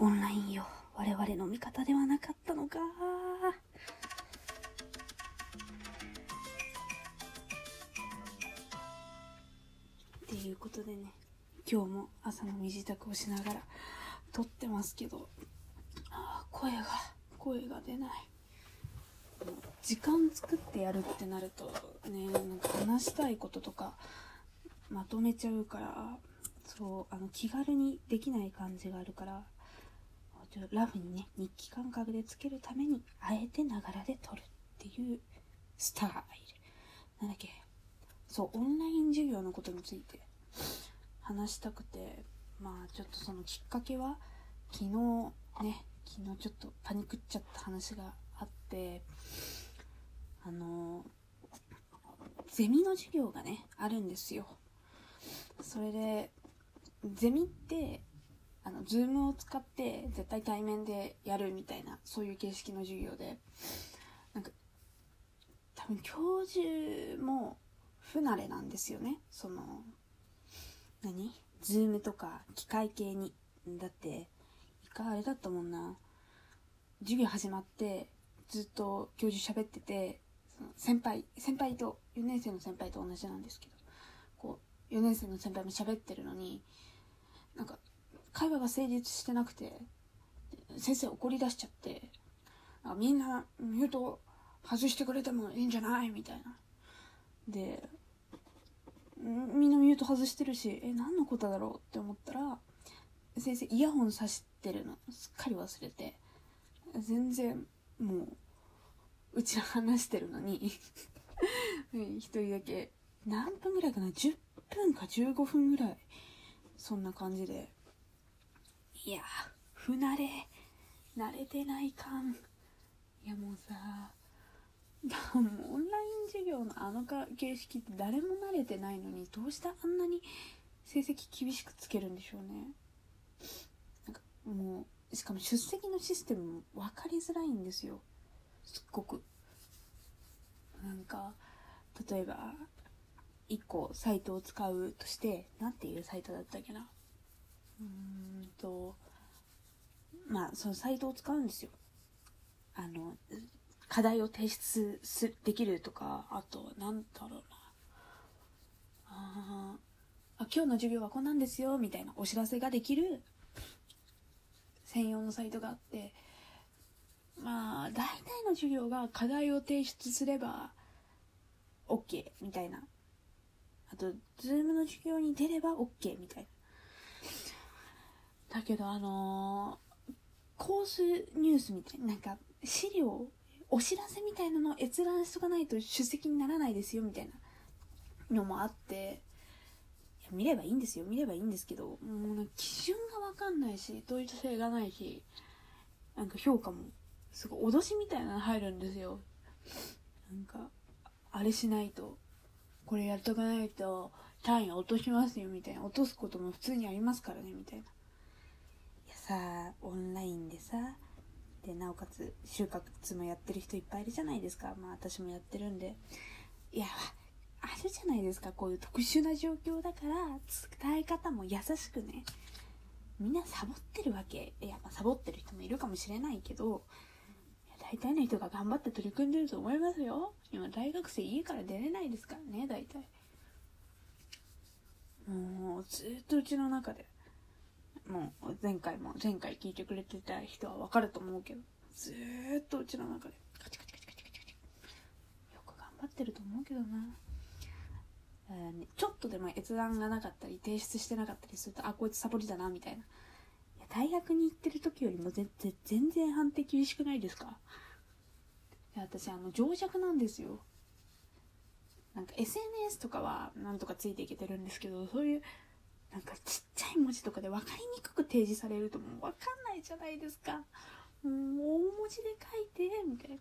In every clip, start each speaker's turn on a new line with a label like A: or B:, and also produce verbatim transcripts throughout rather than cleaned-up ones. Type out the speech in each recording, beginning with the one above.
A: オンラインよ、我々の味方ではなかったのか。っていうことでね、今日も朝の身支度をしながら撮ってますけど、あ声が声が出ない。時間作ってやるってなるとね、なんか話したいこととかまとめちゃうから、そうあの気軽にできない感じがあるから、ちょっとラフにね日記感覚でつけるためにあえてながらで撮るっていうスタイル。なんだっけ、そうオンライン授業のことについて話したくて、まあちょっとそのきっかけは昨日ね昨日ちょっとパニクっちゃった話があって、あのゼミの授業がねあるんですよ。それでゼミってあの Zoom を使って絶対対面でやるみたいな、そういう形式の授業で、なんか多分教授も不慣れなんですよね。その何 Zoom とか機械系に。だって一回あれだったもんな、授業始まってずっと教授喋ってて、その先輩先輩とよねん生の先輩と同じなんですけど、こうよねん生の先輩も喋ってるのになんか会話が成立してなくて、先生怒り出しちゃって、あみんなミュート外してくれてもいいんじゃないみたいな。でみんなミュート外してるし、え何のことだろうって思ったら、先生イヤホンさしてるのすっかり忘れて、全然もううちら話してるのに一人だけ何分ぐらいかな、じゅっぷんかじゅうごふんぐらいそんな感じで、いや不慣れ慣れてない感。いやもうさ、もうオンライン授業のあのか形式って誰も慣れてないのに、どうしてあんなに成績厳しくつけるんでしょうね。なんかもうしかも出席のシステムも分かりづらいんですよ、すっごく。なんか例えばいっこサイトを使うとして、なんていうサイトだったっけな、うーんとまあそのサイトを使うんですよ。あの課題を提出すできるとか、あとなんだろうな、ああ今日の授業はこんなんですよみたいなお知らせができる専用のサイトがあって、まあ大体の授業が課題を提出すれば OK みたいな、あと Zoom の授業に出れば OK みたいな。だけどあのー、コースニュースみたいな、なんか資料お知らせみたいなのを閲覧しとかないと出席にならないですよみたいなのもあって、いや見ればいいんですよ見ればいいんですけど、もうなんか基準が分かんないし統一性がないし、なんか評価もすごい脅しみたいなの入るんですよ。なんかあれしないと、これやっとかないと単位落としますよみたいな、落とすことも普通にありますからねみたいな。いやさ、オンラインでさ、でなおかつ就活もやってる人いっぱいいるじゃないですか。まあ私もやってるんで、いやあるじゃないですか、こういう特殊な状況だから伝え方も優しくね。みんなサボってるわけ。いや、まあ、サボってる人もいるかもしれないけど、いや大体の人が頑張って取り組んでると思いますよ。今大学生家から出れないですからね、大体。もうずっとうちの中で、もう前回も前回聞いてくれてた人は分かると思うけど、ずーっとうちの中でカチカチカチカチカチカチ、よく頑張ってると思うけどな。ちょっとでも閲覧がなかったり提出してなかったりすると、あこいつサボりだなみたいな。いや大学に行ってる時よりも全然全然判定厳しくないですか。いや私あの情弱なんですよ。なんか エスエヌエス とかはなんとかついていけてるんですけど、そういうなんかちっちゃい文字とかで分かりにくく提示されるともう分かんないじゃないですか。もう大文字で書いてみたいな。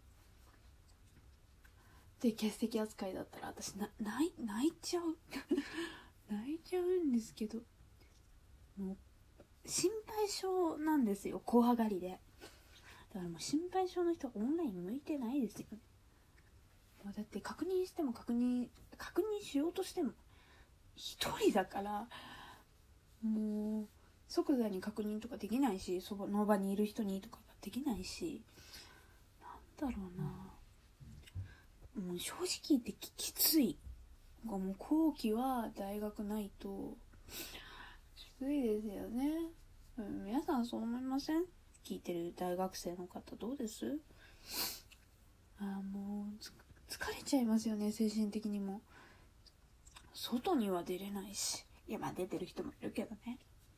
A: で欠席扱いだったら私な泣い泣いちゃう泣いちゃうんですけど、もう心配性なんですよ、怖がりで。だからもう心配性の人はオンライン向いてないですよね。だって確認しても確認確認しようとしても一人だから、もう即座に確認とかできないし、その場にいる人にとかができないし、なんだろうな、もう正直言って き, きついもう後期は大学ないときついですよね、うん、皆さんそう思いません？聞いてる大学生の方どうです？あもう疲れちゃいますよね、精神的にも。外には出れないし、いやまあ出てる人もいるけどね、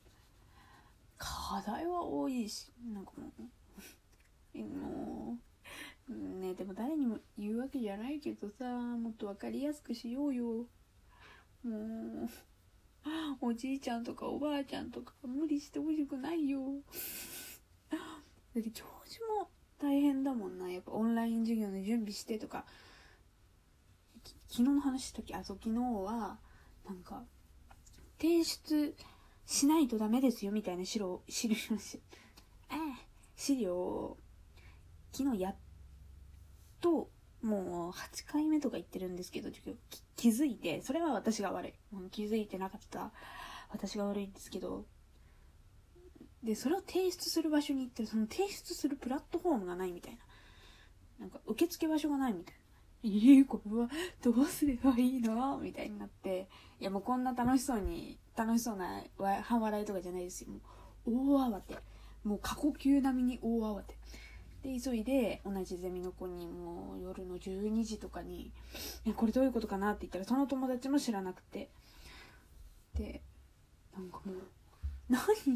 A: 課題は多いし、なんかもうもうね、でも誰にも言うわけじゃないけどさ、もっと分かりやすくしようよ。もうおじいちゃんとかおばあちゃんとか無理してほしくないよ。だって教授も大変だもんな、やっぱオンライン授業の準備してとか。昨日の話したっけ？あ、そう、昨日はなんか提出しないとダメですよみたいな資料資料え資料を昨日やっともうはちかいめとか言ってるんですけど、気づいて、それは私が悪い、気づいてなかった私が悪いんですけど、でそれを提出する場所に行ってその提出するプラットフォームがないみたいな、なんか受付場所がないみたいな、えー、これはどうすればいいのみたいになって、いやもうこんな楽しそうに楽しそうな半笑いとかじゃないですよ、もう大慌て、もう過呼吸並みに大慌てで、急いで同じゼミの子にもう夜のじゅうにじとかにこれどういうことかなって言ったら、その友達も知らなくて、でなんかもう何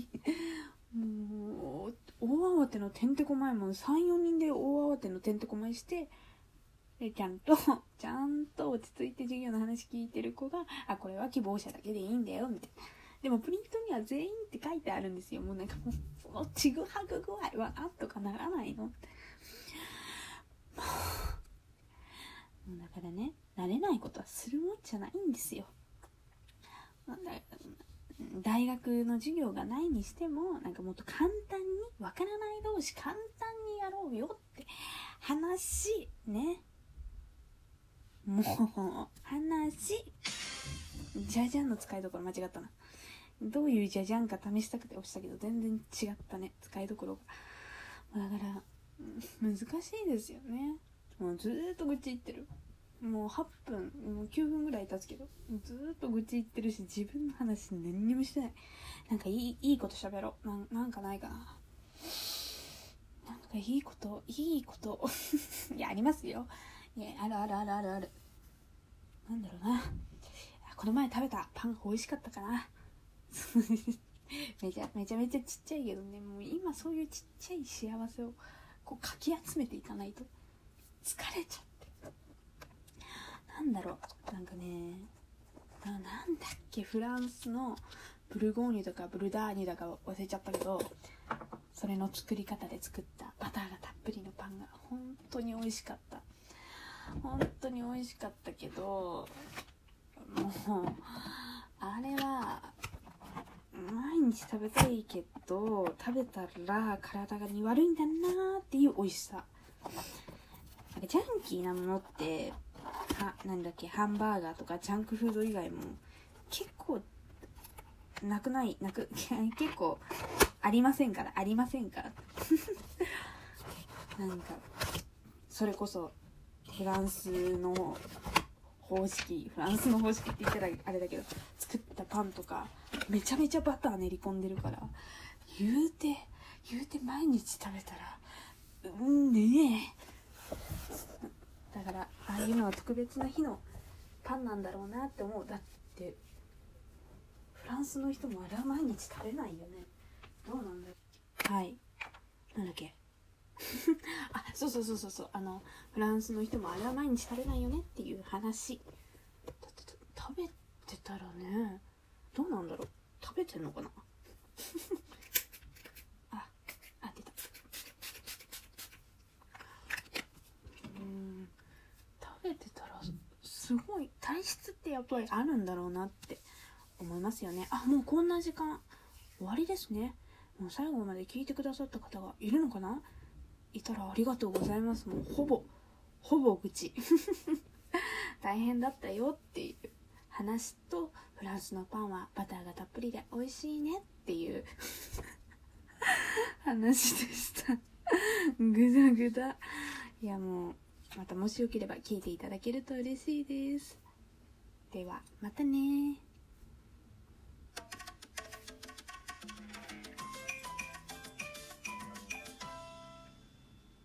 A: もう大慌てのてんてこまいも さんよにんで大慌てのてんてこまいして、でちゃんとちゃんと落ち着いて授業の話聞いてる子が、あこれは希望者だけでいいんだよみたいな、でもプリントには全員って書いてあるんですよ。もうなんかもうそのちぐはぐ具合はなんとかならないのって。もうだからね、慣れないことはするもんじゃないんですよ。大学の授業がないにしても、なんかもっと簡単にわからない同士簡単にやろうよって話ね。もう話じゃじゃんの使いどころ間違ったな。どういうじゃじゃんか試したくて押したけど全然違ったね、使いどころが。だから難しいですよね。もうずーっと愚痴言ってる。もうはっぷんもうきゅうふんぐらい経つけどずーっと愚痴言ってるし、自分の話何にもしてない。なんかいいいいこと喋ろう。なんなんかないかな。なんかいいこといいこといやありますよ。いやあるあるあるあるある。なんだろうな。この前食べたパン美味しかったかな。めちゃめちゃめちゃちっちゃいけどね、もう今そういうちっちゃい幸せをこうかき集めていかないと疲れちゃって、なんだろう、なんかね、な、なんだっけ、フランスのブルゴーニュとかブルダーニュだか忘れちゃったけど、それの作り方で作ったバターがたっぷりのパンが本当に美味しかった。本当に美味しかったけど、もうあれは毎日食べたいけど、食べたら体がに悪いんだなーっていう美味しさ。なんかジャンキーなものってはなんだっけ、ハンバーガーとかジャンクフード以外も結構なくないなく結構ありませんからありませんからなんかそれこそフランスの方式フランスの方式って言ったらあれだけど、作ったパンとかめちゃめちゃバター練り込んでるから、言うて言うて毎日食べたらうんねえ、だからああいうのは特別な日のパンなんだろうなって思う。だってフランスの人もあれは毎日食べないよね。どうなんだよ。はい、なんだっけあ、そうそうそうそうそう、あのフランスの人もあれは毎日食べないよねっていう話。だって食べてたらね、どうなんだろう、食べてんのかなあ、あ、出た。うーん、食べてたらすごい体質ってやっぱりあるんだろうなって思いますよね。あ、もうこんな時間終わりですね。もう最後まで聞いてくださった方がいるのかな。いたらありがとうございます。もうほぼほぼ愚痴大変だったよっていう話と、フランスのパンはバターがたっぷりで美味しいねっっていう話でしたぐだぐだ。いやもうまたもしよければ聞いていただけると嬉しいです。ではまたね。